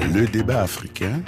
Le débat africain,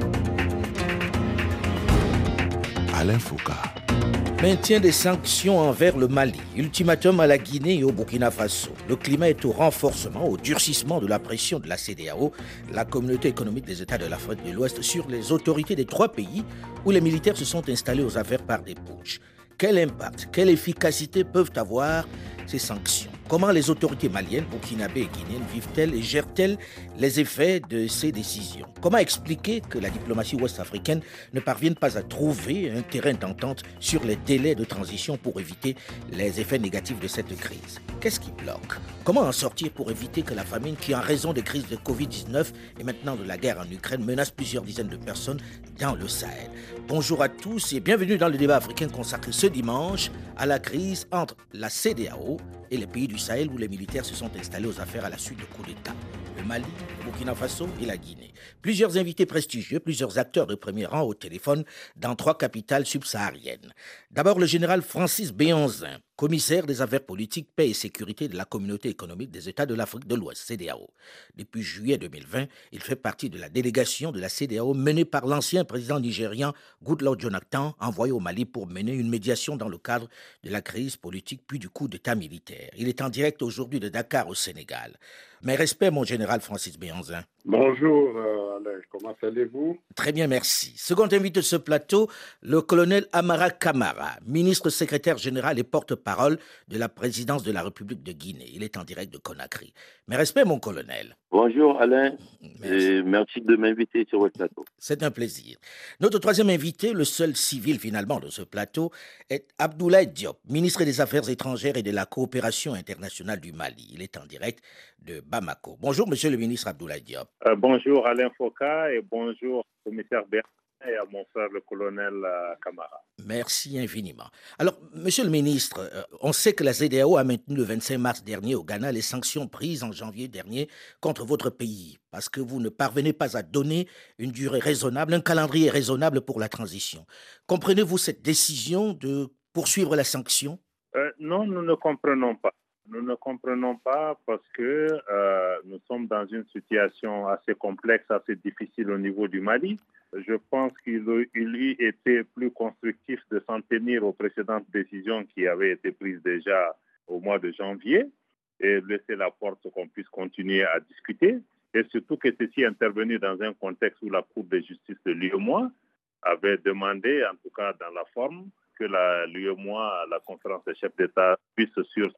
Alain Foucault. Maintien des sanctions envers le Mali, ultimatum à la Guinée et au Burkina Faso. Le climat est au renforcement, au durcissement de la pression de la CEDEAO, la communauté économique des États de l'Afrique de l'Ouest, sur les autorités des trois pays où les militaires se sont installés aux affaires par des putschs. Quel impact, quelle efficacité peuvent avoir ces sanctions? Comment les autorités maliennes, burkinabées et guinéennes vivent-elles et gèrent-elles les effets de ces décisions? Comment expliquer que la diplomatie ouest-africaine ne parvienne pas à trouver un terrain d'entente sur les délais de transition pour éviter les effets négatifs de cette crise? Qu'est-ce qui bloque? Comment en sortir pour éviter que la famine qui, en raison des crises de Covid-19 et maintenant de la guerre en Ukraine, menace plusieurs dizaines de personnes dans le Sahel? Bonjour à tous et bienvenue dans le débat africain consacré ce dimanche à la crise entre la CEDEAO et les pays du Sahel où les militaires se sont installés aux affaires à la suite de coups d'État. Le Mali, le Burkina Faso et la Guinée. Plusieurs invités prestigieux, plusieurs acteurs de premier rang au téléphone dans trois capitales subsahariennes. D'abord, le général Francis Béhanzin, commissaire des affaires politiques, paix et sécurité de la communauté économique des États de l'Afrique de l'Ouest, CEDEAO. Depuis juillet 2020, il fait partie de la délégation de la CEDEAO menée par l'ancien président nigérian Goodluck Jonathan, envoyé au Mali pour mener une médiation dans le cadre de la crise politique puis du coup d'État militaire. Il est en direct aujourd'hui de Dakar au Sénégal. Mes respects, mon général Francis Béhanzin. Bonjour Alain, comment allez-vous? Très bien, merci. Second invité de ce plateau, le colonel Amara Camara, ministre secrétaire général et porte-parole de la présidence de la République de Guinée. Il est en direct de Conakry. Mes respects, mon colonel. Bonjour Alain, Merci. et merci de m'inviter sur votre plateau. C'est un plaisir. Notre troisième invité, le seul civil finalement de ce plateau, est Abdoulaye Diop, ministre des Affaires étrangères et de la coopération internationale du Mali. Il est en direct de Bamako. Bonjour, monsieur le ministre Abdoulaye Diop. Bonjour Alain Foucault et bonjour commissaire Bertrand et à mon frère le colonel Camara. Merci infiniment. Alors, monsieur le ministre, on sait que la CEDEAO a maintenu le 25 mars dernier au Ghana les sanctions prises en janvier dernier contre votre pays parce que vous ne parvenez pas à donner une durée raisonnable, un calendrier raisonnable pour la transition. Comprenez-vous cette décision de poursuivre la sanction? Non, nous ne comprenons pas. Nous ne comprenons pas parce que nous sommes dans une situation assez complexe, assez difficile au niveau du Mali. Je pense qu'il eût été plus constructif de s'en tenir aux précédentes décisions qui avaient été prises déjà au mois de janvier et laisser la porte qu'on puisse continuer à discuter. Et surtout que ceci est intervenu dans un contexte où la Cour de justice de l'UEMOA avait demandé, en tout cas dans la forme, que l'UEMOA, la conférence des chefs d'État, puisse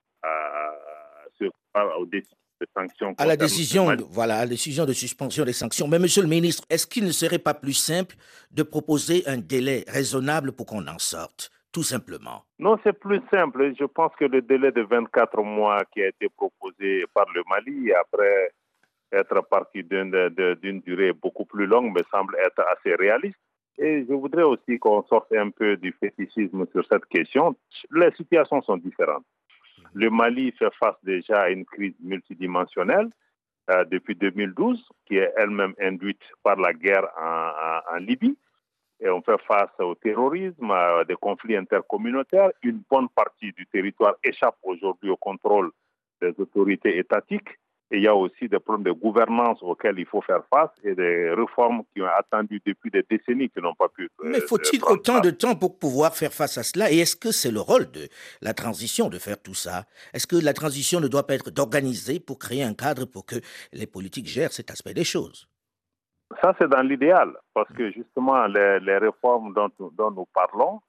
aux décisions de sanctions. À la décision de suspension des sanctions. Mais monsieur le ministre, est-ce qu'il ne serait pas plus simple de proposer un délai raisonnable pour qu'on en sorte, tout simplement? Non, c'est plus simple. Je pense que le délai de 24 mois qui a été proposé par le Mali, après être parti d'une durée beaucoup plus longue, me semble être assez réaliste. Et je voudrais aussi qu'on sorte un peu du fétichisme sur cette question. Les situations sont différentes. Le Mali fait face déjà à une crise multidimensionnelle depuis 2012, qui est elle-même induite par la guerre en Libye. Et on fait face au terrorisme, à des conflits intercommunautaires. Une bonne partie du territoire échappe aujourd'hui au contrôle des autorités étatiques. Et il y a aussi des problèmes de gouvernance auxquels il faut faire face et des réformes qui ont attendu depuis des décennies qui n'ont pas pu. Mais faut-il autant de temps pour pouvoir faire face à cela? Et est-ce que c'est le rôle de la transition de faire tout ça? Est-ce que la transition ne doit pas être d'organiser pour créer un cadre pour que les politiques gèrent cet aspect des choses? Ça, c'est dans l'idéal, parce que justement, les réformes dont nous parlons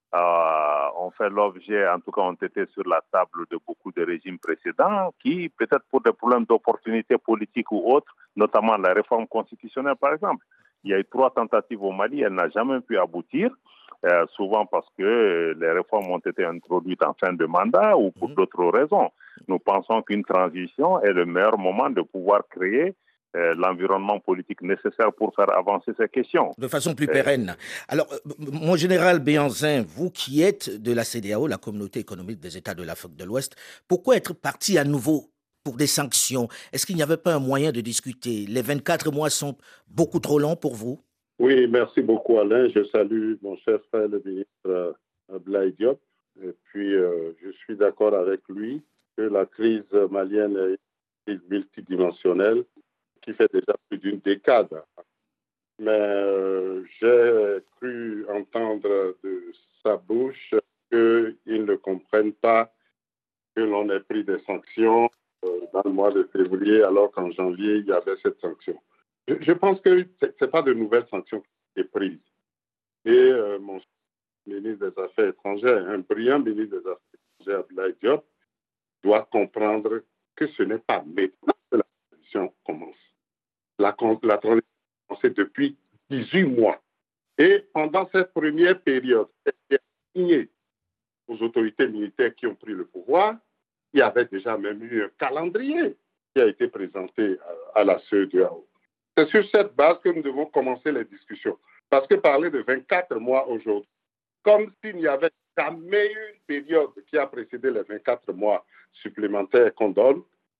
ont fait l'objet, en tout cas, ont été sur la table de beaucoup de régimes précédents qui, peut-être pour des problèmes d'opportunité politique ou autres, notamment la réforme constitutionnelle, par exemple. Il y a eu 3 tentatives au Mali, elle n'a jamais pu aboutir, souvent parce que les réformes ont été introduites en fin de mandat ou pour d'autres raisons. Nous pensons qu'une transition est le meilleur moment de pouvoir créer l'environnement politique nécessaire pour faire avancer ces questions. De façon plus pérenne. Alors, mon général Béhanzin, vous qui êtes de la CEDEAO, la communauté économique des États de l'Afrique de l'Ouest, pourquoi être parti à nouveau pour des sanctions? Est-ce qu'il n'y avait pas un moyen de discuter? Les 24 mois sont beaucoup trop longs pour vous? Oui, merci beaucoup Alain. Je salue mon cher frère le ministre Abdoulaye Diop. Et puis, je suis d'accord avec lui que la crise malienne est multidimensionnelle qui fait déjà plus d'une décade. Mais j'ai cru entendre de sa bouche qu'ils ne comprennent pas que l'on ait pris des sanctions dans le mois de février, alors qu'en janvier, il y avait cette sanction. Je pense que ce n'est pas de nouvelles sanctions qui ont été prises. Et mon ministre des Affaires étrangères, un brillant ministre des Affaires étrangères, Abdoulaye Diop, doit comprendre que ce n'est pas maintenant que la transition commence. La transition a commencé depuis 18 mois. Et pendant cette première période, elle est signée aux autorités militaires qui ont pris le pouvoir. Il y avait déjà même eu un calendrier qui a été présenté à la CEDEAO. C'est sur cette base que nous devons commencer les discussions. Parce que parler de 24 mois aujourd'hui, comme s'il n'y avait jamais eu une période qui a précédé les 24 mois supplémentaires qu'on donne,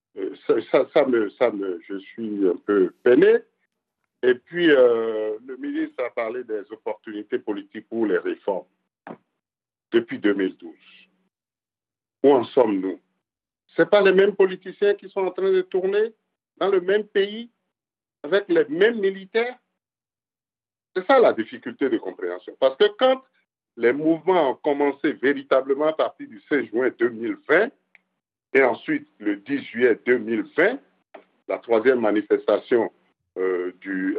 je suis un peu peiné. Et puis, le ministre a parlé des opportunités politiques pour les réformes depuis 2012. Où en sommes-nous? Ce n'est pas les mêmes politiciens qui sont en train de tourner dans le même pays avec les mêmes militaires? C'est ça la difficulté de compréhension. Parce que quand les mouvements ont commencé véritablement à partir du 16 juin 2020 et ensuite le 10 juillet 2020, la troisième manifestation du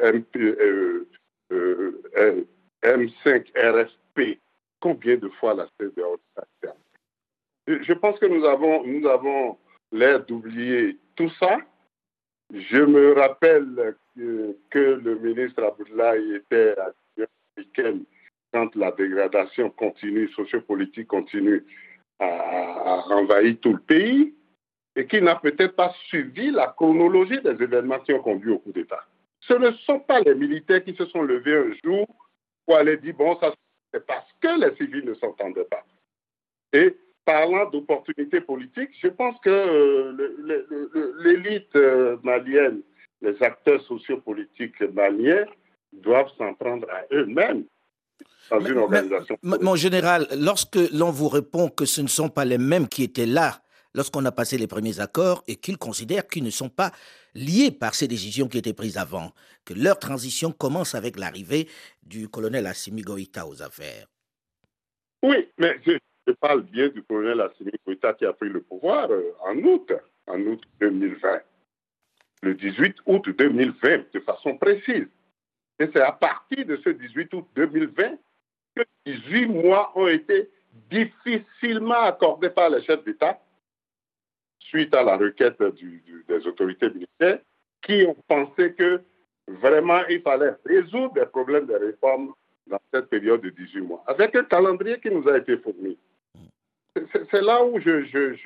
M5 RFP, combien de fois la CEDEAO a été? Je pense que nous avons l'air d'oublier tout ça. Je me rappelle que le ministre Abdoulaye était à week-end quand la dégradation continue, sociopolitique continue à envahir tout le pays et qu'il n'a peut-être pas suivi la chronologie des événements qui ont conduit au coup d'État. Ce ne sont pas les militaires qui se sont levés un jour pour aller dire, bon, ça c'est parce que les civils ne s'entendaient pas. Et parlant d'opportunités politiques, je pense que l'élite malienne, les acteurs sociopolitiques maliens doivent s'en prendre à eux-mêmes dans une organisation. Mon général, lorsque l'on vous répond que ce ne sont pas les mêmes qui étaient là lorsqu'on a passé les premiers accords et qu'ils considèrent qu'ils ne sont pas liés par ces décisions qui étaient prises avant, que leur transition commence avec l'arrivée du colonel Assimi Goïta aux affaires. Oui, mais je parle bien du colonel Assimi Goïta qui a pris le pouvoir en août 2020, le 18 août 2020, de façon précise. Et c'est à partir de ce 18 août 2020 que 18 mois ont été difficilement accordés par les chefs d'État suite à la requête des autorités militaires qui ont pensé que vraiment il fallait résoudre les problèmes des réformes dans cette période de 18 mois, avec un calendrier qui nous a été fourni. C'est là où je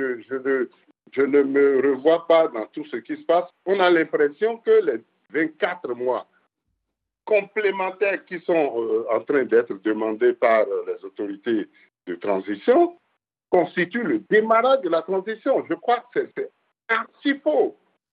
ne me revois pas dans tout ce qui se passe. On a l'impression que les 24 mois complémentaires qui sont en train d'être demandés par les autorités de transition constituent le démarrage de la transition. Je crois que c'est archi faux.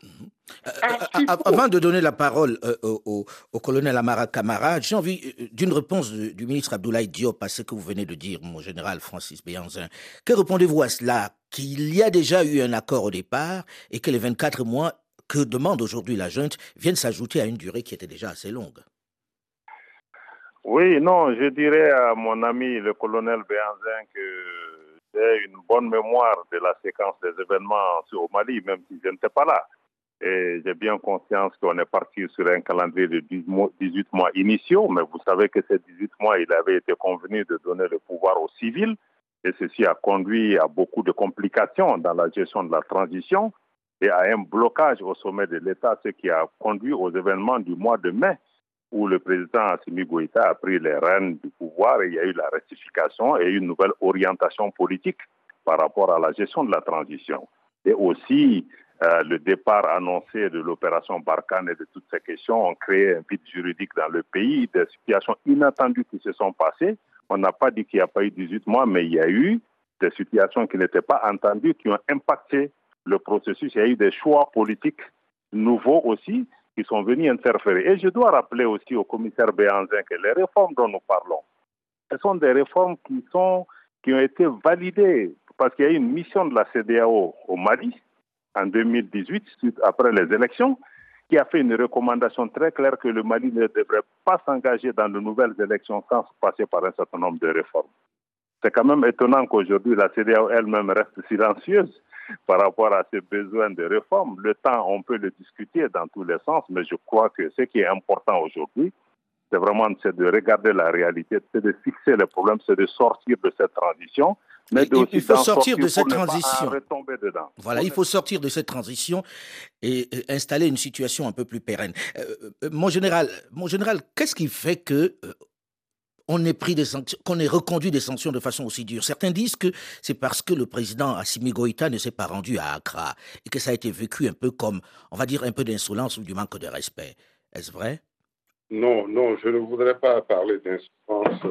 Avant de donner la parole au colonel Amara Camara, j'ai envie d'une réponse du ministre Abdoulaye Diop à ce que vous venez de dire, mon général Francis Béhanzin. Que répondez-vous à cela? Qu'il y a déjà eu un accord au départ et que les 24 mois que demande aujourd'hui la junte viennent s'ajouter à une durée qui était déjà assez longue? Oui, non, je dirais à mon ami le colonel Béhanzin que j'ai une bonne mémoire de la séquence des événements au Mali, même si je n'étais pas là. Et j'ai bien conscience qu'on est parti sur un calendrier de 18 mois initiaux, mais vous savez que ces 18 mois, il avait été convenu de donner le pouvoir aux civils, et ceci a conduit à beaucoup de complications dans la gestion de la transition et à un blocage au sommet de l'État, ce qui a conduit aux événements du mois de mai, où le président Assimi Goïta a pris les rênes du pouvoir et il y a eu la rectification et une nouvelle orientation politique par rapport à la gestion de la transition. Et aussi, le départ annoncé de l'opération Barkhane et de toutes ces questions ont créé un vide juridique dans le pays, des situations inattendues qui se sont passées. On n'a pas dit qu'il n'y a pas eu 18 mois, mais il y a eu des situations qui n'étaient pas entendues, qui ont impacté le processus. Il y a eu des choix politiques nouveaux aussi qui sont venus interférer. Et je dois rappeler aussi au commissaire Béhanzin que les réformes dont nous parlons, ce sont des réformes qui ont été validées parce qu'il y a eu une mission de la CEDEAO au Mali en 2018, après les élections, qui a fait une recommandation très claire que le Mali ne devrait pas s'engager dans de nouvelles élections sans passer par un certain nombre de réformes. C'est quand même étonnant qu'aujourd'hui la CEDEAO elle-même reste silencieuse par rapport à ses besoins de réforme. Le temps, on peut le discuter dans tous les sens, mais je crois que ce qui est important aujourd'hui, c'est vraiment de regarder la réalité, c'est de fixer les problèmes, c'est de sortir de cette transition. Mais il faut sortir de cette transition. Voilà, il faut sortir de cette transition et installer une situation un peu plus pérenne. Mon général, qu'est-ce qui fait que on ait pris des sanctions, qu'on ait reconduit des sanctions de façon aussi dure? Certains disent que c'est parce que le président Assimi Goïta ne s'est pas rendu à Accra et que ça a été vécu un peu comme, on va dire, un peu d'insolence ou du manque de respect. Est-ce vrai? Non, je ne voudrais pas parler d'insolence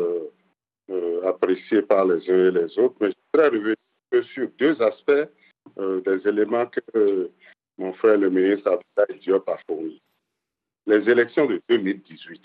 appréciée par les uns et les autres, mais je voudrais revenir sur deux aspects des éléments que mon frère le ministre Abdoulaye Diop a fournis. Les élections de 2018.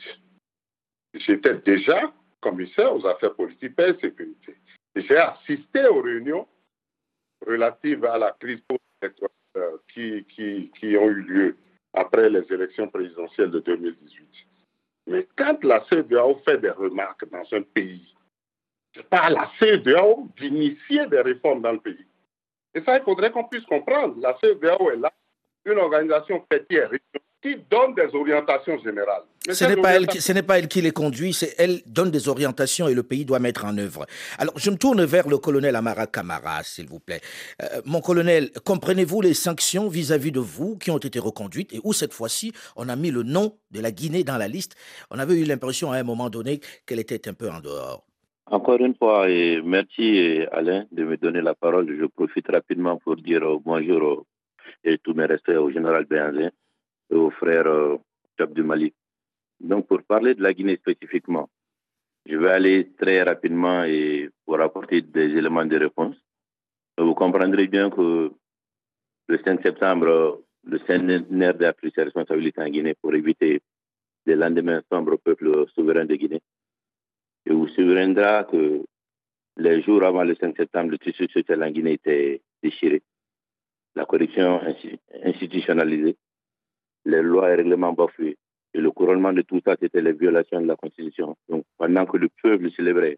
J'étais déjà commissaire aux affaires politiques, paix et sécurité. J'ai assisté aux réunions relatives à la crise post-électorale qui ont eu lieu après les élections présidentielles de 2018. Mais quand la CEDEAO fait des remarques dans un pays, c'est pas à la CEDEAO d'initier des réformes dans le pays. Et ça, il faudrait qu'on puisse comprendre. La CEDEAO est là, une organisation fêtière qui donne des orientations générales. Mais ce n'est pas elle qui les conduit, c'est elle donne des orientations et le pays doit mettre en œuvre. Alors, je me tourne vers le colonel Amara Camara, s'il vous plaît. Mon colonel, comprenez-vous les sanctions vis-à-vis de vous qui ont été reconduites et où cette fois-ci, on a mis le nom de la Guinée dans la liste? On avait eu l'impression à un moment donné qu'elle était un peu en dehors. Encore une fois, et merci Alain de me donner la parole. Je profite rapidement pour dire bonjour et tous mes respects au général Béhanzin et au frère chef du Mali. Donc, pour parler de la Guinée spécifiquement, je vais aller très rapidement et pour apporter des éléments de réponse. Vous comprendrez bien que le 5 septembre, le CNRD a pris ses responsabilités en Guinée pour éviter des lendemains sombres au peuple souverain de Guinée. Et vous souviendra que les jours avant le 5 septembre, le tissu social en Guinée était déchiré. La corruption institutionnalisée, les lois et règlements bafoués. Et le couronnement de tout ça, c'était les violations de la Constitution. Donc, pendant que le peuple célébrait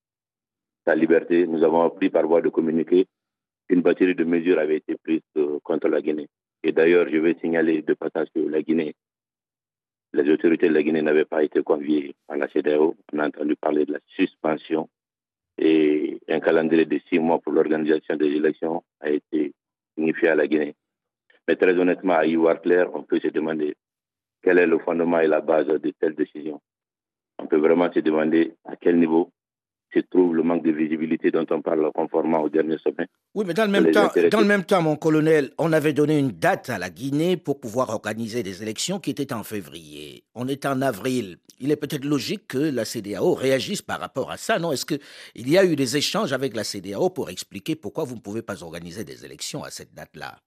sa liberté, nous avons appris par voie de communiqué qu'une batterie de mesures avait été prise contre la Guinée. Et d'ailleurs, je vais signaler de passage que la Guinée, les autorités de la Guinée n'avaient pas été conviées à la CEDEAO. On a entendu parler de la suspension et un calendrier de 6 mois pour l'organisation des élections a été signifié à la Guinée. Mais très honnêtement, à y voir clair, on peut se demander quel est le fondement et la base de telle décision. On peut vraiment se demander à quel niveau se trouve le manque de visibilité dont on parle conformément au dernier sommet. Oui, mais dans le même temps, mon colonel, on avait donné une date à la Guinée pour pouvoir organiser des élections qui étaient en février. On est en avril. Il est peut-être logique que la CEDEAO réagisse par rapport à ça, non? Est-ce qu'il y a eu des échanges avec la CEDEAO pour expliquer pourquoi vous ne pouvez pas organiser des élections à cette date-là?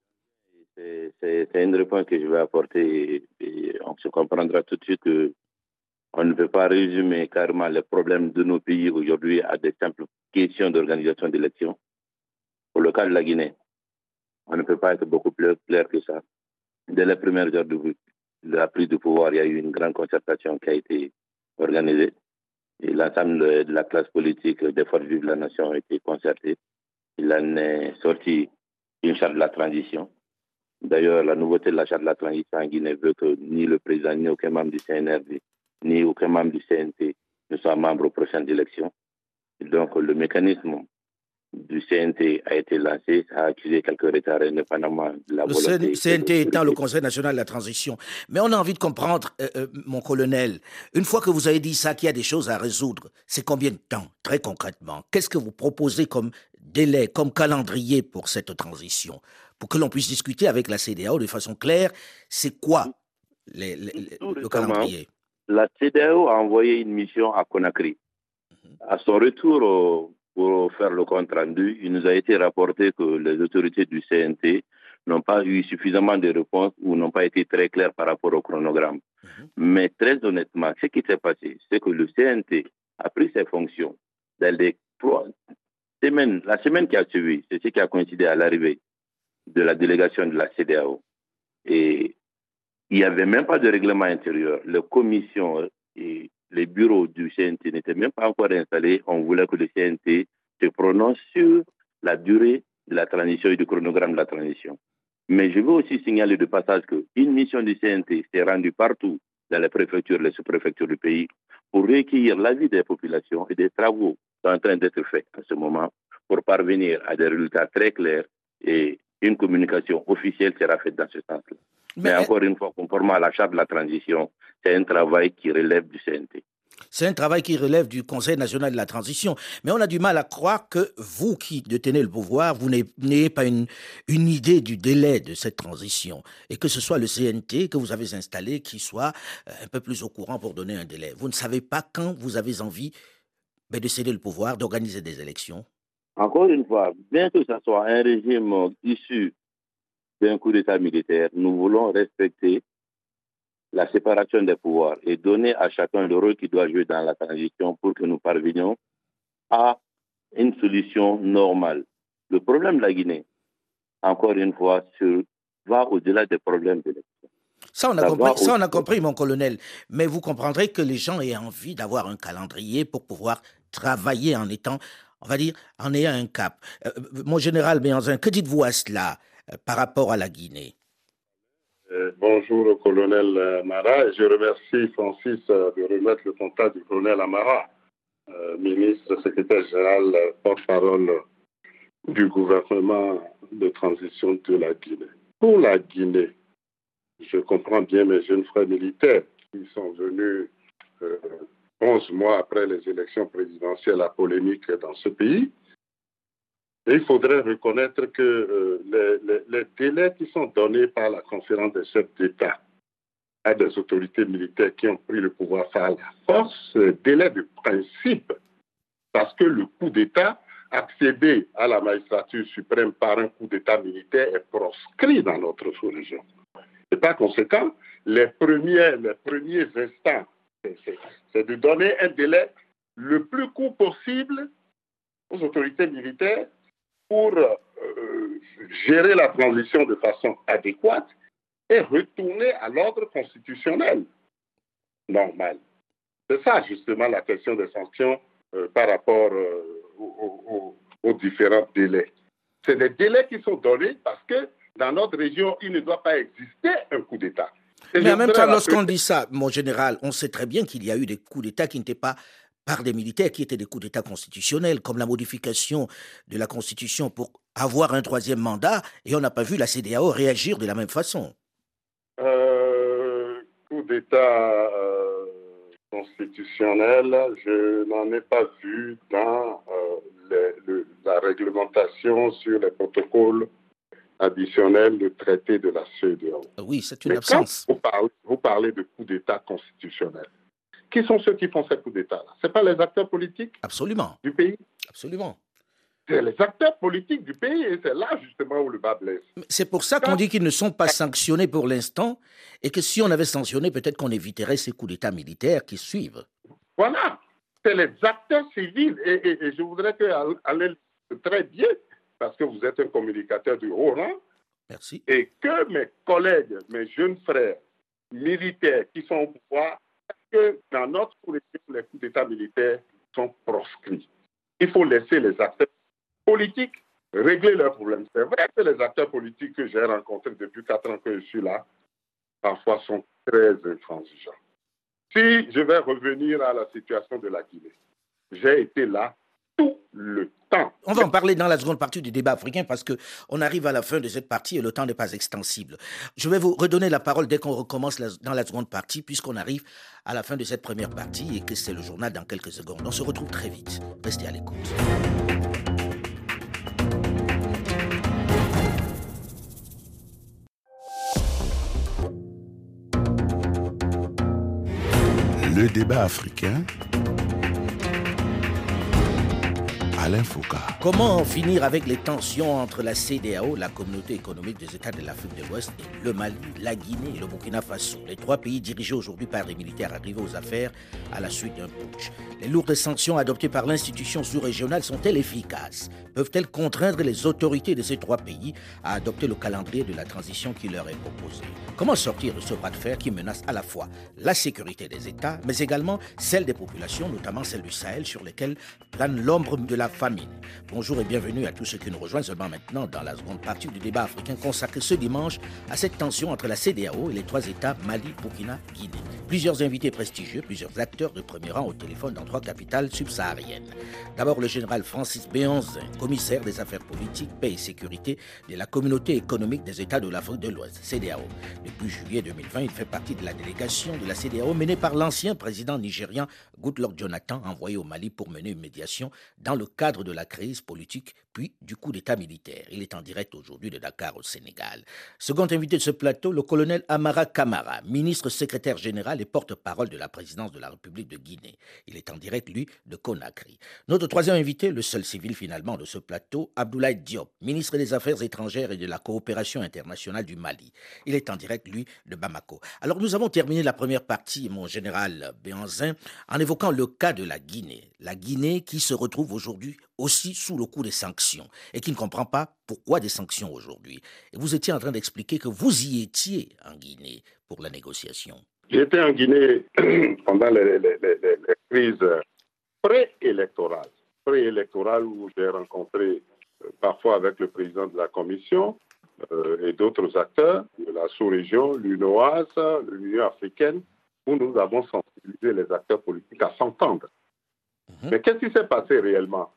C'est une réponse que je vais apporter et on se comprendra tout de suite que on ne peut pas résumer carrément les problèmes de nos pays aujourd'hui à des simples questions d'organisation d'élections. Pour le cas de la Guinée, on ne peut pas être beaucoup plus clair que ça. Dès les premières heures de la prise de pouvoir, il y a eu une grande concertation qui a été organisée. Et l'ensemble de la classe politique des forces vives de la nation a été concertée. Il en est sorti une charte de la transition. D'ailleurs, la nouveauté de la charte de la transition en Guinée veut que ni le président, ni aucun membre du CNRD, ni aucun membre du CNT ne soit membre aux prochaines élections. Et donc, le mécanisme du CNT a été lancé, ça a accusé quelques retards indépendamment de la volonté. Le CNT étant le Conseil national de la transition. Mais on a envie de comprendre, mon colonel, une fois que vous avez dit ça, qu'il y a des choses à résoudre, c'est combien de temps, très concrètement? Qu'est-ce que vous proposez comme délai, comme calendrier pour cette transition? Pour que l'on puisse discuter avec la CEDEAO de façon claire, c'est quoi le calendrier? La CEDEAO a envoyé une mission à Conakry. À son retour pour faire le compte rendu, il nous a été rapporté que les autorités du CNT n'ont pas eu suffisamment de réponses ou n'ont pas été très claires par rapport au chronogramme. Mais très honnêtement, ce qui s'est passé, c'est que le CNT a pris ses fonctions dans les 3 semaines. La semaine qui a suivi, c'est ce qui a coïncidé à l'arrivée de la délégation de la CEDEAO. Et Il n'y avait même pas de règlement intérieur. Les commissions et les bureaux du CNT n'étaient même pas encore installés. On voulait que le CNT se prononce sur la durée de la transition et du chronogramme de la transition. Mais je veux aussi signaler de passage qu'une mission du CNT s'est rendue partout dans les préfectures, les sous-préfectures du pays pour recueillir l'avis des populations et des travaux sont en train d'être faits en ce moment pour parvenir à des résultats très clairs et une communication officielle sera faite dans ce sens-là. Mais encore une fois, conformément à la charte de la transition, c'est un travail qui relève du CNT. C'est un travail qui relève du Conseil national de la transition. Mais on a du mal à croire que vous qui détenez le pouvoir, vous n'ayez pas une idée du délai de cette transition. Et que ce soit le CNT que vous avez installé qui soit un peu plus au courant pour donner un délai. Vous ne savez pas quand vous avez envie de céder le pouvoir, d'organiser des élections. Encore une fois, bien que ce soit un régime issu d'un coup d'État militaire, nous voulons respecter la séparation des pouvoirs et donner à chacun le rôle qu'il doit jouer dans la transition pour que nous parvenions à une solution normale. Le problème de la Guinée, encore une fois, va au-delà des problèmes de l'élection. Ça, on a compris, mon colonel. Mais vous comprendrez que les gens aient envie d'avoir un calendrier pour pouvoir travailler en étant, on va dire, en ayant un cap. Mon général Béhanzin, que dites-vous à cela par rapport à la Guinée? Bonjour au colonel Mara et je remercie Francis de remettre le contact du colonel Amara, ministre, secrétaire général, porte-parole du gouvernement de transition de la Guinée. Pour la Guinée, je comprends bien mes jeunes frères militaires qui sont venus 11 mois après les élections présidentielles à polémique dans ce pays. Et il faudrait reconnaître que les délais qui sont donnés par la conférence des chefs d'État à des autorités militaires qui ont pris le pouvoir par la force, délai de principe, parce que le coup d'État accéder à la magistrature suprême par un coup d'État militaire est proscrit dans notre sous-région. Et par conséquent, les premiers instants, c'est de donner un délai le plus court possible aux autorités militaires pour gérer la transition de façon adéquate et retourner à l'ordre constitutionnel normal. C'est ça justement la question des sanctions par rapport aux différents délais. C'est des délais qui sont donnés parce que dans notre région, il ne doit pas exister un coup d'État. Mais en même temps, lorsqu'on dit ça, mon général, on sait très bien qu'il y a eu des coups d'État qui n'étaient pas par des militaires, qui étaient des coups d'État constitutionnels, comme la modification de la Constitution pour avoir un troisième mandat, et on n'a pas vu la CEDEAO réagir de la même façon. Coup d'État constitutionnel, je n'en ai pas vu dans la réglementation sur les protocoles additionnels du traité de la CEDEAO. Oui, c'est une absence. Quand vous parlez de coup d'État constitutionnel. Qui sont ceux qui font ces coups d'État-là? Ce n'est pas les acteurs politiques du pays? Absolument. C'est les acteurs politiques du pays et c'est là justement où le bas blesse. C'est pour ça qu'on dit qu'ils ne sont pas sanctionnés pour l'instant et que si on avait sanctionné, peut-être qu'on éviterait ces coups d'État militaires qui suivent. Voilà, c'est les acteurs civils et je voudrais que Alain très bien, parce que vous êtes un communicateur du haut rang. Merci. Et que mes collègues, mes jeunes frères militaires qui sont au pouvoir, que dans notre sous-région, les coups d'État militaires sont proscrits. Il faut laisser les acteurs politiques régler leurs problèmes. C'est vrai que les acteurs politiques que j'ai rencontrés depuis 4 ans que je suis là, parfois sont très intransigeants. Si je vais revenir à la situation de la Guinée, j'ai été là tout le temps. On va en parler dans la seconde partie du débat africain parce qu'on arrive à la fin de cette partie et le temps n'est pas extensible. Je vais vous redonner la parole dès qu'on recommence dans la seconde partie puisqu'on arrive à la fin de cette première partie et que c'est le journal dans quelques secondes. On se retrouve très vite. Restez à l'écoute. Le débat africain. Alain Foucault. Comment en finir avec les tensions entre la CEDEAO, la communauté économique des États de l'Afrique de l'Ouest, et le Mali, la Guinée et le Burkina Faso? Les trois pays dirigés aujourd'hui par des militaires arrivés aux affaires à la suite d'un putsch. Les lourdes sanctions adoptées par l'institution sous-régionale sont-elles efficaces? Peuvent-elles contraindre les autorités de ces trois pays à adopter le calendrier de la transition qui leur est proposé? Comment sortir de ce bras de fer qui menace à la fois la sécurité des États, mais également celle des populations, notamment celle du Sahel, sur lesquelles plane l'ombre de la famine? Bonjour et bienvenue à tous ceux qui nous rejoignent seulement maintenant dans la seconde partie du débat africain consacré ce dimanche à cette tension entre la CEDEAO et les trois États Mali, Burkina, Guinée. Plusieurs invités prestigieux, plusieurs acteurs de premier rang au téléphone dans trois capitales subsahariennes. D'abord le général Francis Béhanzin, commissaire des affaires politiques, paix et sécurité de la communauté économique des États de l'Afrique de l'Ouest, CEDEAO. Depuis juillet 2020, il fait partie de la délégation de la CEDEAO menée par l'ancien président nigérian Goodluck Jonathan, envoyé au Mali pour mener une médiation dans le cadre de la crise politique puis du coup d'État militaire. Il est en direct aujourd'hui de Dakar au Sénégal. Second invité de ce plateau, le colonel Amara Camara, ministre secrétaire général et porte-parole de la présidence de la République de Guinée. Il est en direct, lui, de Conakry. Notre troisième invité, le seul civil finalement de ce plateau, Abdoulaye Diop, ministre des Affaires étrangères et de la coopération internationale du Mali. Il est en direct, lui, de Bamako. Alors nous avons terminé la première partie, mon général Béhanzin, en évoquant le cas de la Guinée. La Guinée qui se retrouve aujourd'hui aussi sous le coup des sanctions et qui ne comprend pas pourquoi des sanctions aujourd'hui. Et vous étiez en train d'expliquer que vous y étiez en Guinée pour la négociation. J'étais en Guinée pendant les crises préélectorales où j'ai rencontré parfois avec le président de la commission et d'autres acteurs de la sous-région, l'UNOAS, l'Union africaine, où nous avons sensibilisé les acteurs politiques à s'entendre. Mais qu'est-ce qui s'est passé réellement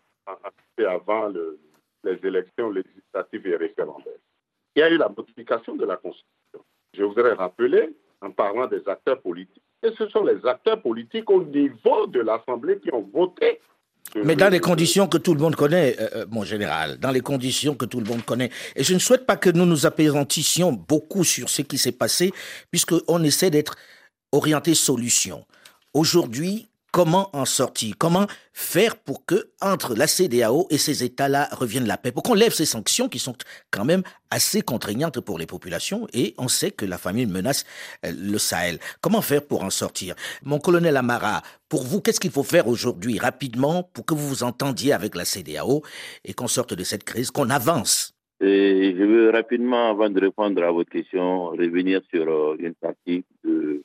avant les élections législatives et référendaires? Il y a eu la modification de la Constitution. Je voudrais rappeler, en parlant des acteurs politiques, que ce sont les acteurs politiques au niveau de l'Assemblée qui ont voté. Mais dans les conditions que tout le monde connaît, mon général, dans les conditions que tout le monde connaît. Et je ne souhaite pas que nous nous appesantissions beaucoup sur ce qui s'est passé, puisqu'on essaie d'être orienté solution. Aujourd'hui, comment en sortir? Comment faire pour que, entre la CEDEAO et ces États-là, revienne la paix? Pour qu'on lève ces sanctions qui sont quand même assez contraignantes pour les populations et on sait que la famine menace le Sahel. Comment faire pour en sortir? Mon colonel Amara, pour vous, qu'est-ce qu'il faut faire aujourd'hui, rapidement, pour que vous vous entendiez avec la CEDEAO et qu'on sorte de cette crise, qu'on avance? Et je veux rapidement, avant de répondre à votre question, revenir sur une partie de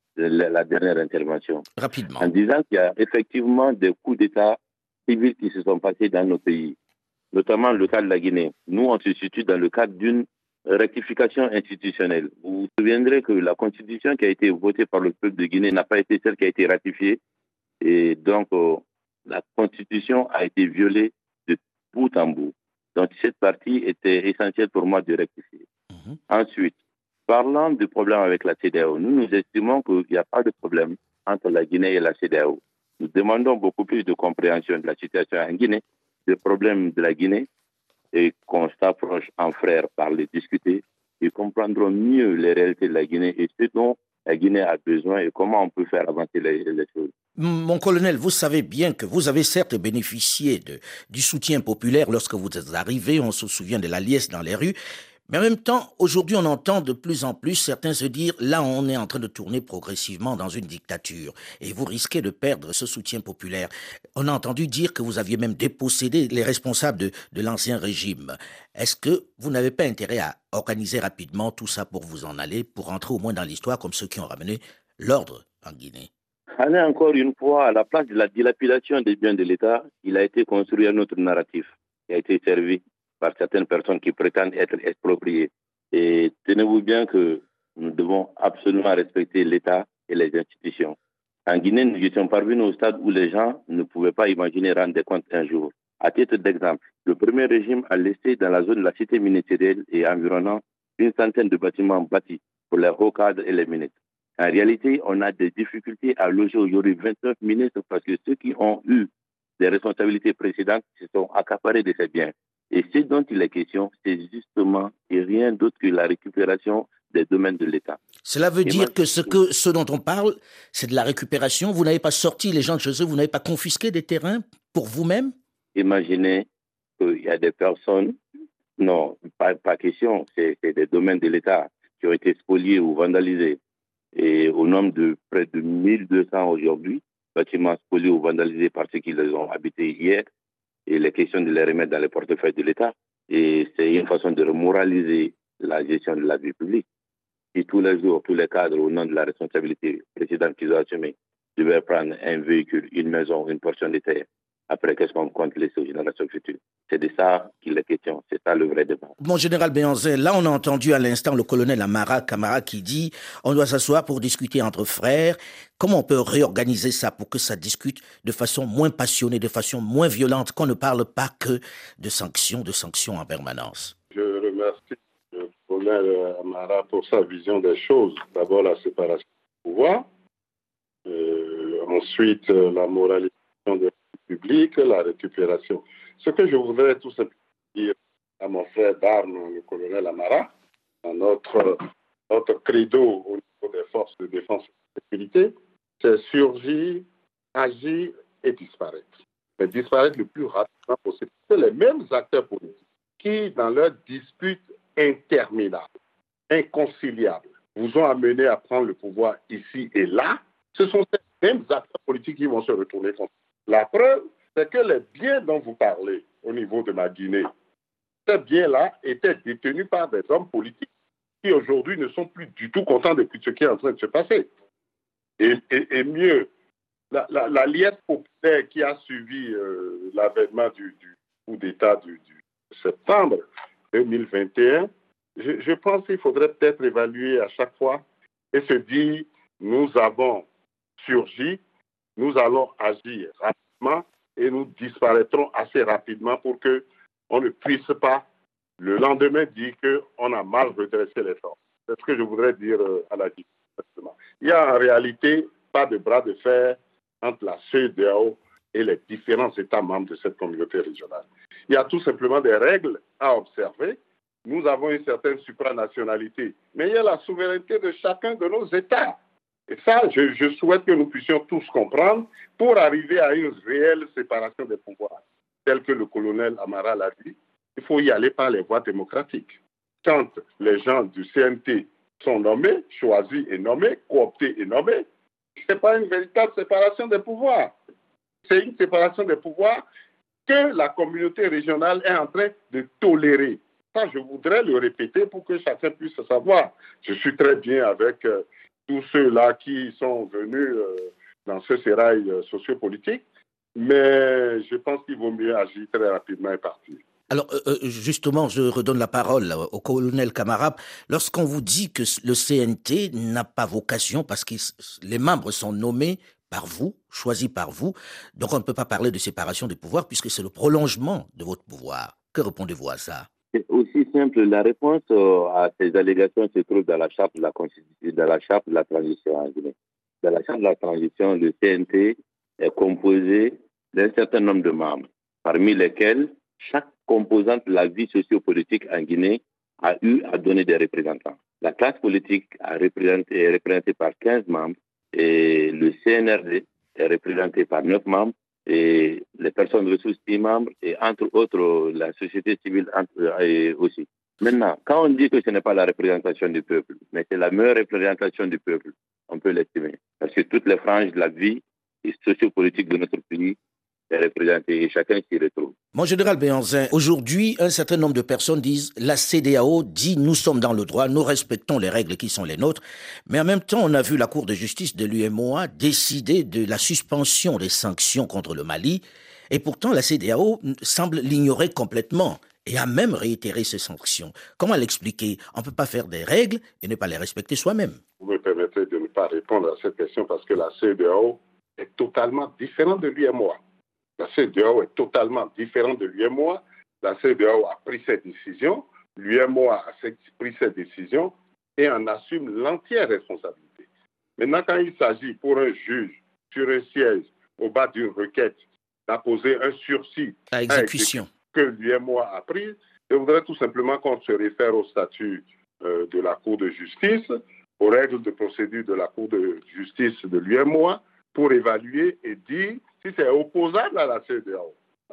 la dernière intervention. Rapidement. En disant qu'il y a effectivement des coups d'État civils qui se sont passés dans nos pays, notamment le cas de la Guinée. Nous, on se situe dans le cadre d'une rectification institutionnelle. Vous vous souviendrez que la constitution qui a été votée par le peuple de Guinée n'a pas été celle qui a été ratifiée. Et donc, la constitution a été violée de bout en bout. Donc, cette partie était essentielle pour moi de rectifier. Ensuite, parlant du problème avec la CEDEAO, nous estimons qu'il n'y a pas de problème entre la Guinée et la CEDEAO. Nous demandons beaucoup plus de compréhension de la situation en Guinée, des problèmes de la Guinée, et qu'on s'approche en frères par les discuter et comprendront mieux les réalités de la Guinée et ce dont la Guinée a besoin et comment on peut faire avancer les choses. Mon colonel, vous savez bien que vous avez certes bénéficié du soutien populaire lorsque vous êtes arrivé, on se souvient de la liesse dans les rues, mais en même temps, aujourd'hui, on entend de plus en plus certains se dire, là, on est en train de tourner progressivement dans une dictature et vous risquez de perdre ce soutien populaire. On a entendu dire que vous aviez même dépossédé les responsables de l'ancien régime. Est-ce que vous n'avez pas intérêt à organiser rapidement tout ça pour vous en aller, pour rentrer au moins dans l'histoire comme ceux qui ont ramené l'ordre en Guinée? Allez, encore une fois, à la place de la dilapidation des biens de l'État, il a été construit un autre narratif qui a été servi par certaines personnes qui prétendent être expropriées. Et tenez-vous bien que nous devons absolument respecter l'État et les institutions. En Guinée, nous étions parvenus au stade où les gens ne pouvaient pas imaginer rendre des comptes un jour. À titre d'exemple, le premier régime a laissé dans la zone de la cité ministérielle et environnant une centaine de bâtiments bâtis pour les hauts cadres et les ministres. En réalité, on a des difficultés à loger aujourd'hui 29 ministres parce que ceux qui ont eu des responsabilités précédentes se sont accaparés de ces biens. Et ce dont il est question, c'est justement et rien d'autre que la récupération des domaines de l'État. Cela veut dire que ce dont on parle, c'est de la récupération. Vous n'avez pas sorti les gens de chez eux, vous n'avez pas confisqué des terrains pour vous-même? imaginer qu'il y a des personnes, non, pas question, c'est des domaines de l'État qui ont été spoliés ou vandalisés. Et au nombre de près de 1200 aujourd'hui, bâtiments spoliés ou vandalisés par ceux qui les ont habités hier, et les questions de les remettre dans les portefeuilles de l'État. Et c'est une façon de remoraliser la gestion de la vie publique. Si tous les jours, tous les cadres, au nom de la responsabilité précédente qu'ils ont assumée, devaient prendre un véhicule, une maison, une portion de terre, après, qu'est-ce qu'on compte laisser aux générations futures? C'est de ça qu'il est question. C'est ça le vrai débat. Mon général Béhanzin, là, on a entendu à l'instant le colonel Amara Camara qui dit on doit s'asseoir pour discuter entre frères. Comment on peut réorganiser ça pour que ça discute de façon moins passionnée, de façon moins violente, qu'on ne parle pas que de sanctions en permanence? Je remercie le colonel Amara pour sa vision des choses. D'abord, la séparation du pouvoir. Ensuite, la moralisation de public, la récupération. Ce que je voudrais tout simplement dire à mon frère d'armes, le colonel Amara, à notre credo au niveau des forces de défense et de sécurité, c'est surgir, agir et disparaître. Mais disparaître le plus rapidement possible. C'est les mêmes acteurs politiques qui, dans leurs disputes interminables, inconciliables, vous ont amené à prendre le pouvoir ici et là. Ce sont ces mêmes acteurs politiques qui vont se retourner contre vous. La preuve, c'est que les biens dont vous parlez au niveau de la Guinée, ces biens-là étaient détenus par des hommes politiques qui aujourd'hui ne sont plus du tout contents de ce qui est en train de se passer. Et mieux, la liesse populaire qui a suivi l'avènement du coup d'État du septembre 2021, je pense qu'il faudrait peut-être évaluer à chaque fois et se dire, nous avons surgi, nous allons agir rapidement et nous disparaîtrons assez rapidement pour qu'on ne puisse pas le lendemain dire qu'on a mal redressé les forces. C'est ce que je voudrais dire à la Guinée. Il y a en réalité pas de bras de fer entre la CEDEAO et les différents États membres de cette communauté régionale. Il y a tout simplement des règles à observer. Nous avons une certaine supranationalité, mais il y a la souveraineté de chacun de nos États. Et ça, je souhaite que nous puissions tous comprendre pour arriver à une réelle séparation des pouvoirs. Tel que le colonel Amara l'a dit, il faut y aller par les voies démocratiques. Quand les gens du CNT sont nommés, choisis et nommés, cooptés et nommés, ce n'est pas une véritable séparation des pouvoirs. C'est une séparation des pouvoirs que la communauté régionale est en train de tolérer. Ça, je voudrais le répéter pour que chacun puisse savoir. Je suis très bien avec tous ceux-là qui sont venus dans ce sérail sociopolitique, mais je pense qu'il vaut mieux agir très rapidement et partir. Alors, justement, je redonne la parole au colonel Camara. Lorsqu'on vous dit que le CNT n'a pas vocation, parce que les membres sont nommés par vous, choisis par vous, donc on ne peut pas parler de séparation des pouvoirs puisque c'est le prolongement de votre pouvoir. Que répondez-vous à ça? C'est aussi simple. La réponse à ces allégations se trouve dans la charte de la Constitution, dans la charte de la transition en Guinée. Dans la charte de la transition, le CNT est composé d'un certain nombre de membres, parmi lesquels chaque composante de la vie sociopolitique en Guinée a eu à donner des représentants. La classe politique est représentée par 15 membres et le CNRD est représenté par 9 membres et les personnes ressources 10 membres et entre autres la société civile aussi. Maintenant, quand on dit que ce n'est pas la représentation du peuple, mais c'est la meilleure représentation du peuple, on peut l'estimer. Parce que toutes les franges de la vie et sociopolitique de notre pays est représentée et chacun s'y retrouve. Mon général Béhanzin, aujourd'hui, un certain nombre de personnes disent la CEDEAO dit nous sommes dans le droit, nous respectons les règles qui sont les nôtres, mais en même temps, on a vu la Cour de justice de l'UEMOA décider de la suspension des sanctions contre le Mali, et pourtant la CEDEAO semble l'ignorer complètement et a même réitéré ces sanctions. Comment l'expliquer? On ne peut pas faire des règles et ne pas les respecter soi-même. Vous me permettrez de ne pas répondre à cette question parce que la CEDEAO est totalement différente de l'UEMOA. La CEDEAO est totalement différente de l'UEMOA. La CEDEAO a pris ses décisions, l'UEMOA a pris ses décisions et en assume l'entière responsabilité. Maintenant, quand il s'agit pour un juge sur un siège au bas d'une requête d'apposer un sursis à exécution que l'UEMOA a pris, je voudrais tout simplement qu'on se réfère au statut de la Cour de justice, aux règles de procédure de la Cour de justice de l'UEMOA pour évaluer et dire si c'est opposable à la CEDEAO.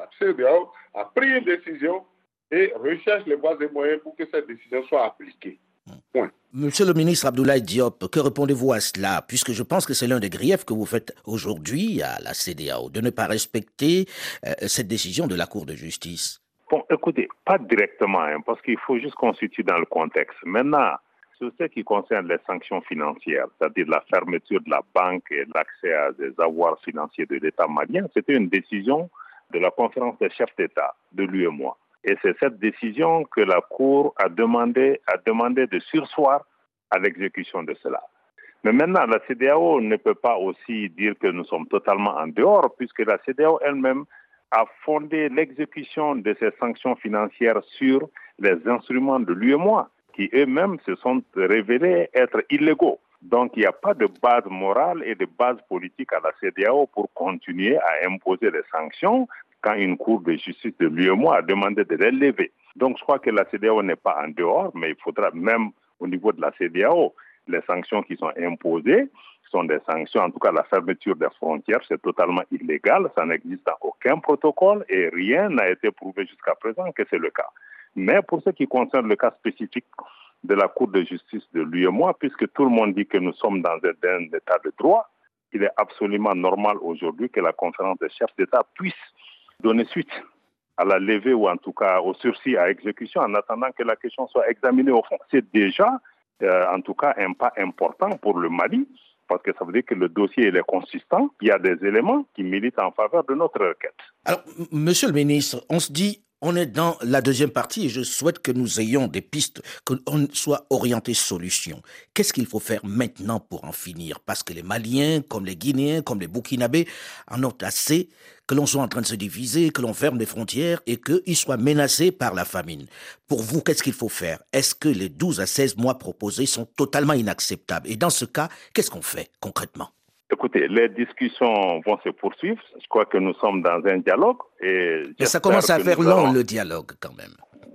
La CEDEAO a pris une décision et recherche les voies et moyens pour que cette décision soit appliquée. Point. Monsieur le ministre Abdoulaye Diop, que répondez-vous à cela? Puisque je pense que c'est l'un des griefs que vous faites aujourd'hui à la CEDEAO, de ne pas respecter cette décision de la Cour de justice. Bon, écoutez, pas directement, parce qu'il faut juste qu'on se situe dans le contexte. Maintenant, sur ce qui concerne les sanctions financières, c'est-à-dire la fermeture de la banque et l'accès à des avoirs financiers de l'État malien, c'était une décision de la conférence des chefs d'État de l'UEMOA. Et c'est cette décision que la Cour a demandé de surseoir à l'exécution de cela. Mais maintenant, la CEDEAO ne peut pas aussi dire que nous sommes totalement en dehors, puisque la CEDEAO elle-même a fondé l'exécution de ces sanctions financières sur les instruments de l'UEMOA, qui eux-mêmes se sont révélés être illégaux. Donc, il n'y a pas de base morale et de base politique à la CEDEAO pour continuer à imposer des sanctions quand une cour de justice de l'UEMOA a demandé de les lever. Donc, je crois que la CEDEAO n'est pas en dehors, mais il faudra même au niveau de la CEDEAO, les sanctions qui sont imposées sont des sanctions, en tout cas la fermeture des frontières, c'est totalement illégal, ça n'existe dans aucun protocole et rien n'a été prouvé jusqu'à présent que c'est le cas. Mais pour ce qui concerne le cas spécifique de la Cour de justice de l'UEMOA, puisque tout le monde dit que nous sommes dans un état de droit, il est absolument normal aujourd'hui que la conférence des chefs d'État puisse donner suite à la levée ou en tout cas au sursis à exécution en attendant que la question soit examinée au fond. C'est déjà en tout cas un pas important pour le Mali parce que ça veut dire que le dossier il est consistant, il y a des éléments qui militent en faveur de notre requête. Alors, monsieur le ministre, on se dit, on est dans la deuxième partie et je souhaite que nous ayons des pistes, qu'on soit orienté solution. Qu'est-ce qu'il faut faire maintenant pour en finir? Parce que les Maliens, comme les Guinéens, comme les Burkinabés, en ont assez que l'on soit en train de se diviser, que l'on ferme les frontières et qu'ils soient menacés par la famine. Pour vous, qu'est-ce qu'il faut faire? Est-ce que les 12 à 16 mois proposés sont totalement inacceptables? Et dans ce cas, qu'est-ce qu'on fait concrètement? Écoutez, les discussions vont se poursuivre. Je crois que nous sommes dans un dialogue. Mais ça commence à faire long, le dialogue, quand même.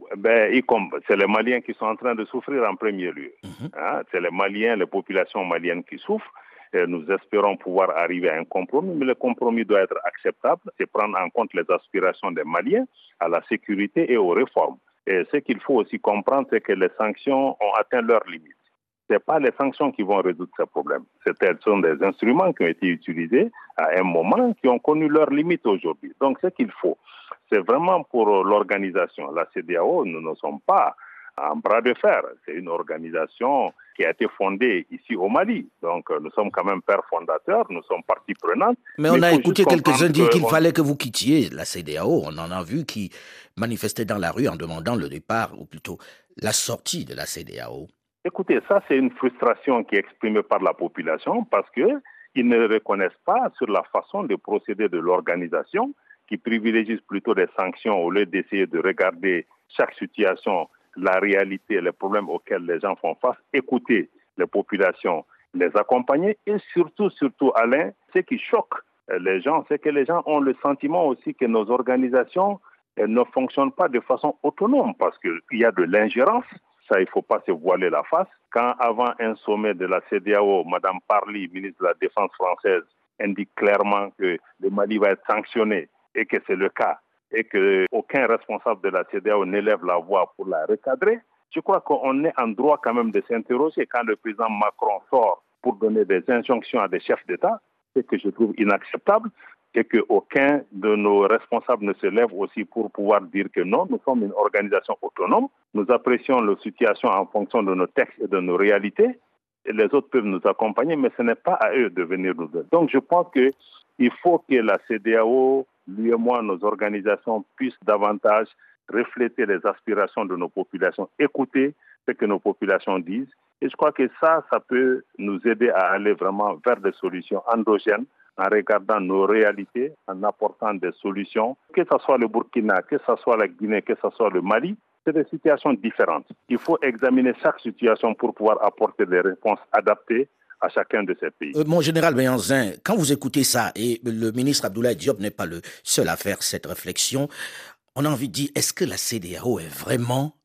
C'est les Maliens qui sont en train de souffrir en premier lieu. C'est les Maliens, les populations maliennes qui souffrent. Et nous espérons pouvoir arriver à un compromis, mais le compromis doit être acceptable. C'est prendre en compte les aspirations des Maliens à la sécurité et aux réformes. Et ce qu'il faut aussi comprendre, c'est que les sanctions ont atteint leurs limites. Ce n'est pas les sanctions qui vont résoudre ces problèmes. Ce sont des instruments qui ont été utilisés à un moment qui ont connu leurs limites aujourd'hui. Donc, ce qu'il faut, c'est vraiment pour l'organisation. La CEDEAO, nous ne sommes pas en bras de fer. C'est une organisation qui a été fondée ici au Mali. Donc, nous sommes quand même pères fondateurs, nous sommes partie prenante. Mais on a écouté quelques-uns dire qu'il fallait que vous quittiez la CEDEAO. On en a vu qui manifestaient dans la rue en demandant le départ, ou plutôt la sortie de la CEDEAO. Écoutez, ça c'est une frustration qui est exprimée par la population parce qu'ils ne reconnaissent pas sur la façon de procéder de l'organisation qui privilégie plutôt des sanctions au lieu d'essayer de regarder chaque situation, la réalité, les problèmes auxquels les gens font face, écouter les populations, les accompagner et surtout, Alain, ce qui choque les gens, c'est que les gens ont le sentiment aussi que nos organisations ne fonctionnent pas de façon autonome parce qu'il y a de l'ingérence. Ça, il ne faut pas se voiler la face. Quand, avant un sommet de la CEDEAO, Mme Parly, ministre de la Défense française, indique clairement que le Mali va être sanctionné et que c'est le cas, et qu'aucun responsable de la CEDEAO n'élève la voix pour la recadrer, je crois qu'on est en droit quand même de s'interroger. Quand le président Macron sort pour donner des injonctions à des chefs d'État, ce que je trouve inacceptable, et qu'aucun de nos responsables ne se lève aussi pour pouvoir dire que non, nous sommes une organisation autonome, nous apprécions la situation en fonction de nos textes et de nos réalités, et les autres peuvent nous accompagner, mais ce n'est pas à eux de venir nous aider. Donc je pense qu'il faut que la CEDEAO, l'UEMOA, nos organisations puissent davantage refléter les aspirations de nos populations, écouter ce que nos populations disent, et je crois que ça peut nous aider à aller vraiment vers des solutions endogènes, en regardant nos réalités, en apportant des solutions, que ce soit le Burkina, que ce soit la Guinée, que ce soit le Mali, c'est des situations différentes. Il faut examiner chaque situation pour pouvoir apporter des réponses adaptées à chacun de ces pays. Mon général Béhanzin, quand vous écoutez ça, et le ministre Abdoulaye Diop n'est pas le seul à faire cette réflexion, on a envie de dire, est-ce que la CEDEAO est vraiment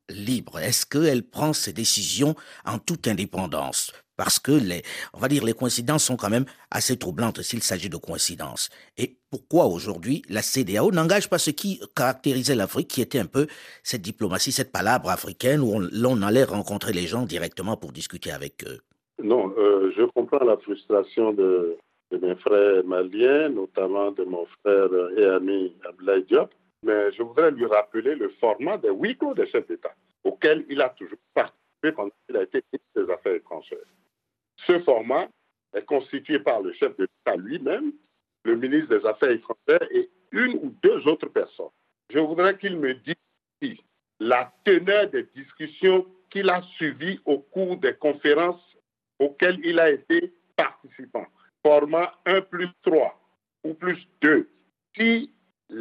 libre? Est-ce qu'elle prend ses décisions en toute indépendance? Parce que on va dire, les coïncidences sont quand même assez troublantes s'il s'agit de coïncidences. Et pourquoi aujourd'hui la CEDEAO n'engage pas ce qui caractérisait l'Afrique, qui était un peu cette diplomatie, cette palabre africaine où l'on allait rencontrer les gens directement pour discuter avec eux? Non, je comprends la frustration de mes frères maliens, notamment de mon frère et ami Abdoulaye Diop, mais je voudrais lui rappeler le format des huis clos des chefs d'État, auquel il a toujours participé quand il a été ministre des Affaires étrangères. Ce format est constitué par le chef d'État lui-même, le ministre des Affaires étrangères et une ou deux autres personnes. Je voudrais qu'il me dise si la teneur des discussions qu'il a suivies au cours des conférences auxquelles il a été participant, format 1+3 ou +2, si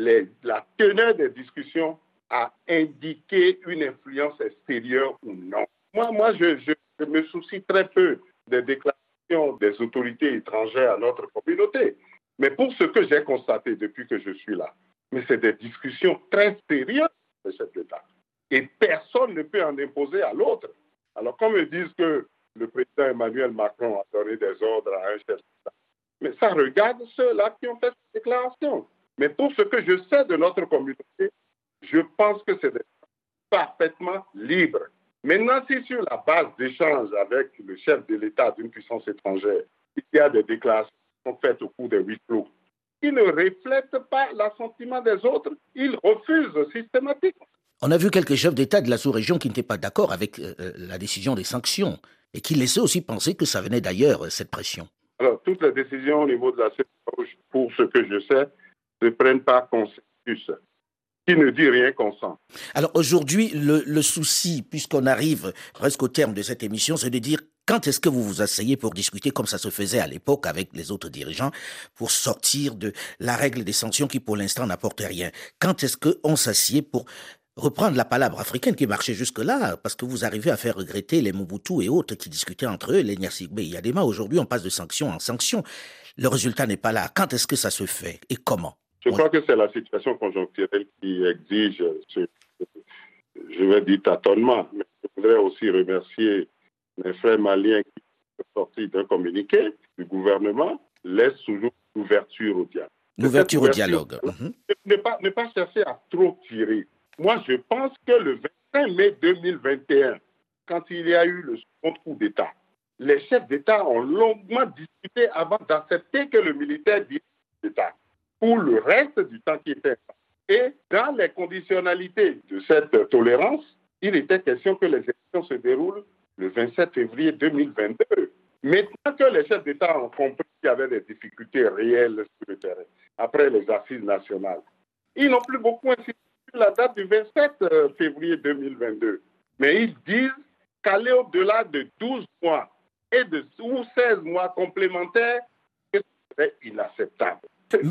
la teneur des discussions a indiqué une influence extérieure ou non. Moi, je me soucie très peu des déclarations des autorités étrangères à notre communauté. Mais pour ce que j'ai constaté depuis que je suis là, mais c'est des discussions très sérieuses de chefs d'État. Et personne ne peut en imposer à l'autre. Alors, qu'on me dise que le président Emmanuel Macron a donné des ordres à un chef d'État, mais ça regarde ceux-là qui ont fait cette déclaration. Mais pour ce que je sais de notre communauté, je pense que c'est parfaitement libre. Maintenant, si sur la base d'échanges avec le chef de l'État d'une puissance étrangère, il y a des déclarations qui sont faites au cours des huis clos, qui ne reflètent pas l'assentiment des autres, ils refusent systématiquement. On a vu quelques chefs d'État de la sous-région qui n'étaient pas d'accord avec la décision des sanctions et qui laissaient aussi penser que ça venait d'ailleurs, cette pression. Alors, toutes les décisions au niveau de la CEDEAO, pour ce que je sais, ne prennent pas consensus. Qui ne dit rien consent. Alors aujourd'hui, le souci, puisqu'on arrive presque au terme de cette émission, c'est de dire quand est-ce que vous vous asseyez pour discuter comme ça se faisait à l'époque avec les autres dirigeants pour sortir de la règle des sanctions qui pour l'instant n'apportait rien. Quand est-ce qu'on s'assied pour reprendre la palabre africaine qui marchait jusque-là, parce que vous arrivez à faire regretter les Mobutu et autres qui discutaient entre eux, les Gnassingbé, Yadema. Aujourd'hui, on passe de sanction en sanction. Le résultat n'est pas là. Quand est-ce que ça se fait et comment? Je crois que c'est la situation conjoncturelle qui exige je vais dire tâtonnement, mais je voudrais aussi remercier mes frères maliens qui sont sortis d'un communiqué du gouvernement, laisse toujours l'ouverture au dialogue. L'ouverture au dialogue. Ne pas chercher à trop tirer. Moi, je pense que le 25 mai 2021, quand il y a eu le second coup d'État, les chefs d'État ont longuement discuté avant d'accepter que le militaire dirige l'État pour le reste du temps qui était. Et dans les conditionnalités de cette tolérance, il était question que les élections se déroulent le 27 février 2022. Maintenant que les chefs d'État ont compris qu'il y avait des difficultés réelles sur le terrain, après les assises nationales, ils n'ont plus beaucoup insisté sur la date du 27 février 2022. Mais ils disent qu'aller au-delà de 12 mois ou 16 mois complémentaires, c'est inacceptable.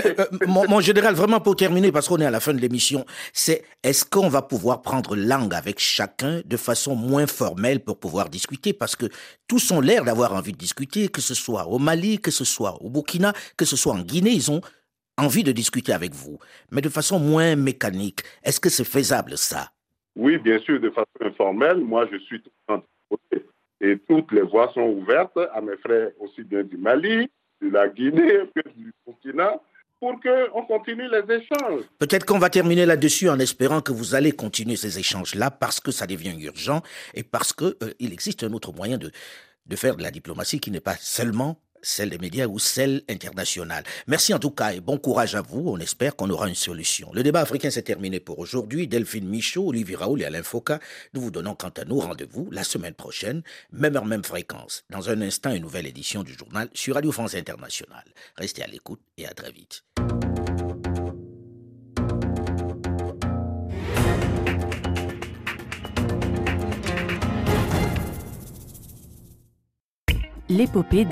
Mon général, vraiment pour terminer, parce qu'on est à la fin de l'émission, c'est est-ce qu'on va pouvoir prendre langue avec chacun de façon moins formelle pour pouvoir discuter? Parce que tous ont l'air d'avoir envie de discuter, que ce soit au Mali, que ce soit au Burkina, que ce soit en Guinée, ils ont envie de discuter avec vous, mais de façon moins mécanique. Est-ce que c'est faisable, ça? Oui, bien sûr, de façon informelle. Moi, je suis tout en côté. Et toutes les voies sont ouvertes à mes frères aussi bien du Mali, de la Guinée que du Burkina, pour qu'on continue les échanges. Peut-être qu'on va terminer là-dessus en espérant que vous allez continuer ces échanges-là parce que ça devient urgent et parce qu'il existe un autre moyen de faire de la diplomatie qui n'est pas seulement celle des médias ou celle internationale. Merci en tout cas et bon courage à vous. On espère qu'on aura une solution. Le débat africain s'est terminé pour aujourd'hui. Delphine Michaud, Olivier Raoul et Alain Foka, nous vous donnons quant à nous rendez-vous la semaine prochaine, même heure, même fréquence. Dans un instant, une nouvelle édition du journal sur Radio France Internationale. Restez à l'écoute et à très vite. L'épopée